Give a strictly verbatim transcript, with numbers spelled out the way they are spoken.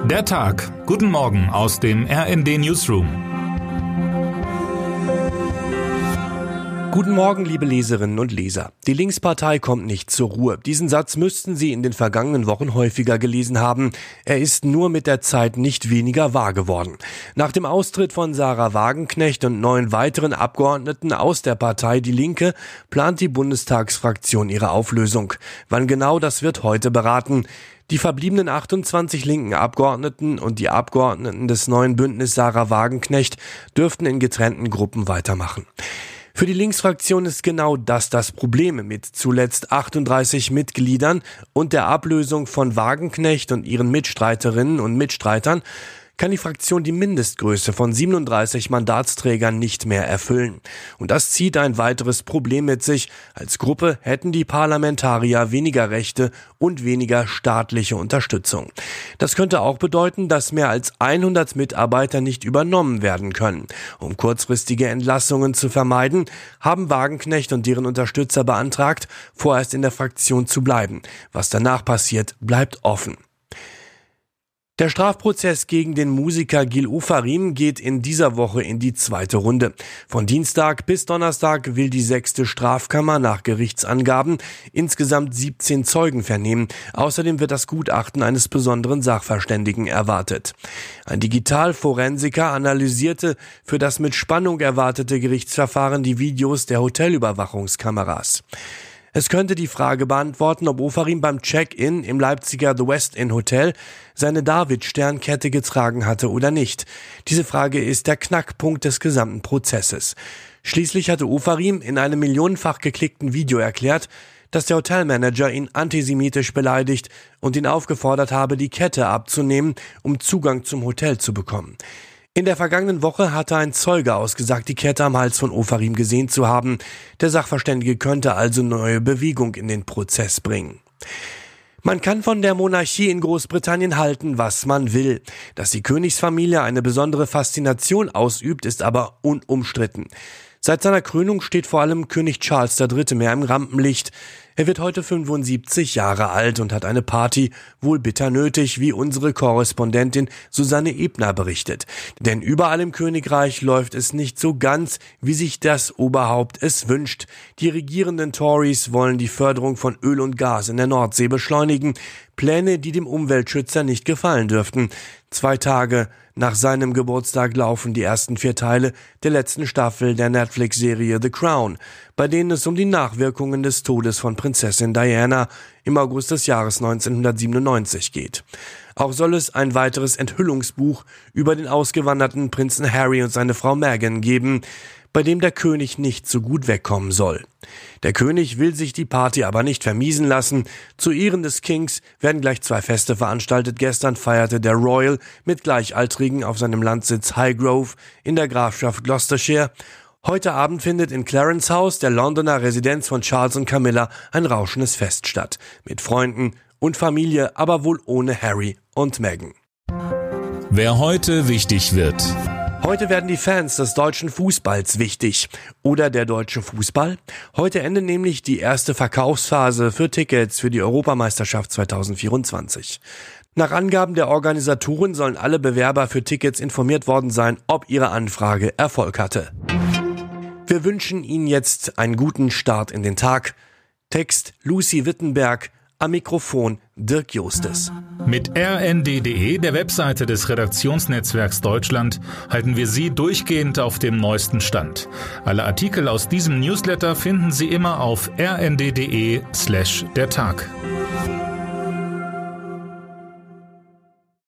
Der Tag. Guten Morgen aus dem R N D Newsroom. Guten Morgen, liebe Leserinnen und Leser. Die Linkspartei kommt nicht zur Ruhe. Diesen Satz müssten Sie in den vergangenen Wochen häufiger gelesen haben. Er ist nur mit der Zeit nicht weniger wahr geworden. Nach dem Austritt von Sahra Wagenknecht und neun weiteren Abgeordneten aus der Partei Die Linke plant die Bundestagsfraktion ihre Auflösung. Wann genau, das wird heute beraten. Die verbliebenen achtundzwanzig linken Abgeordneten und die Abgeordneten des neuen Bündnis Sahra Wagenknecht dürften in getrennten Gruppen weitermachen. Für die Linksfraktion ist genau das das Problem mit zuletzt achtunddreißig Mitgliedern und der Ablösung von Wagenknecht und ihren Mitstreiterinnen und Mitstreitern kann die Fraktion die Mindestgröße von siebenunddreißig Mandatsträgern nicht mehr erfüllen. Und das zieht ein weiteres Problem mit sich. Als Gruppe hätten die Parlamentarier weniger Rechte und weniger staatliche Unterstützung. Das könnte auch bedeuten, dass mehr als hundert Mitarbeiter nicht übernommen werden können. Um kurzfristige Entlassungen zu vermeiden, haben Wagenknecht und deren Unterstützer beantragt, vorerst in der Fraktion zu bleiben. Was danach passiert, bleibt offen. Der Strafprozess gegen den Musiker Gil Ofarim geht in dieser Woche in die zweite Runde. Von Dienstag bis Donnerstag will die sechste Strafkammer nach Gerichtsangaben insgesamt siebzehn Zeugen vernehmen. Außerdem wird das Gutachten eines besonderen Sachverständigen erwartet. Ein Digitalforensiker analysierte für das mit Spannung erwartete Gerichtsverfahren die Videos der Hotelüberwachungskameras. Es könnte die Frage beantworten, ob Ofarim beim Check-in im Leipziger The West Inn Hotel seine David-Sternkette getragen hatte oder nicht. Diese Frage ist der Knackpunkt des gesamten Prozesses. Schließlich hatte Ofarim in einem millionenfach geklickten Video erklärt, dass der Hotelmanager ihn antisemitisch beleidigt und ihn aufgefordert habe, die Kette abzunehmen, um Zugang zum Hotel zu bekommen. In der vergangenen Woche hatte ein Zeuge ausgesagt, die Kette am Hals von Ofarim gesehen zu haben. Der Sachverständige könnte also neue Bewegung in den Prozess bringen. Man kann von der Monarchie in Großbritannien halten, was man will. Dass die Königsfamilie eine besondere Faszination ausübt, ist aber unumstritten. Seit seiner Krönung steht vor allem König Charles der Dritte mehr im Rampenlicht. Er wird heute fünfundsiebzig Jahre alt und hat eine Party wohl bitter nötig, wie unsere Korrespondentin Susanne Ebner berichtet. Denn überall im Königreich läuft es nicht so ganz, wie sich das Oberhaupt es wünscht. Die regierenden Tories wollen die Förderung von Öl und Gas in der Nordsee beschleunigen. Pläne, die dem Umweltschützer nicht gefallen dürften. Zwei Tage nach seinem Geburtstag laufen die ersten vier Teile der letzten Staffel der Netflix-Serie The Crown, bei denen es um die Nachwirkungen des Todes von Prinzessin Diana im August des Jahres neunzehnhundertsiebenundneunzig geht. Auch soll es ein weiteres Enthüllungsbuch über den ausgewanderten Prinzen Harry und seine Frau Meghan geben, bei dem der König nicht so gut wegkommen soll. Der König will sich die Party aber nicht vermiesen lassen. Zu Ehren des Kings werden gleich zwei Feste veranstaltet. Gestern feierte der Royal mit Gleichaltrigen auf seinem Landsitz Highgrove in der Grafschaft Gloucestershire. Heute Abend findet in Clarence House, der Londoner Residenz von Charles und Camilla, ein rauschendes Fest statt. Mit Freunden und Familie, aber wohl ohne Harry und Meghan. Wer heute wichtig wird. Heute werden die Fans des deutschen Fußballs wichtig. Oder der deutsche Fußball? Heute endet nämlich die erste Verkaufsphase für Tickets für die Europameisterschaft zweitausendvierundzwanzig. Nach Angaben der Organisatoren sollen alle Bewerber für Tickets informiert worden sein, ob ihre Anfrage Erfolg hatte. Wir wünschen Ihnen jetzt einen guten Start in den Tag. Text Lucy Wittenberg, am Mikrofon Dirk Justes. Mit R N D punkt D E, der Webseite des Redaktionsnetzwerks Deutschland, halten wir Sie durchgehend auf dem neuesten Stand. Alle Artikel aus diesem Newsletter finden Sie immer auf r n d punkt d e slash der Tag.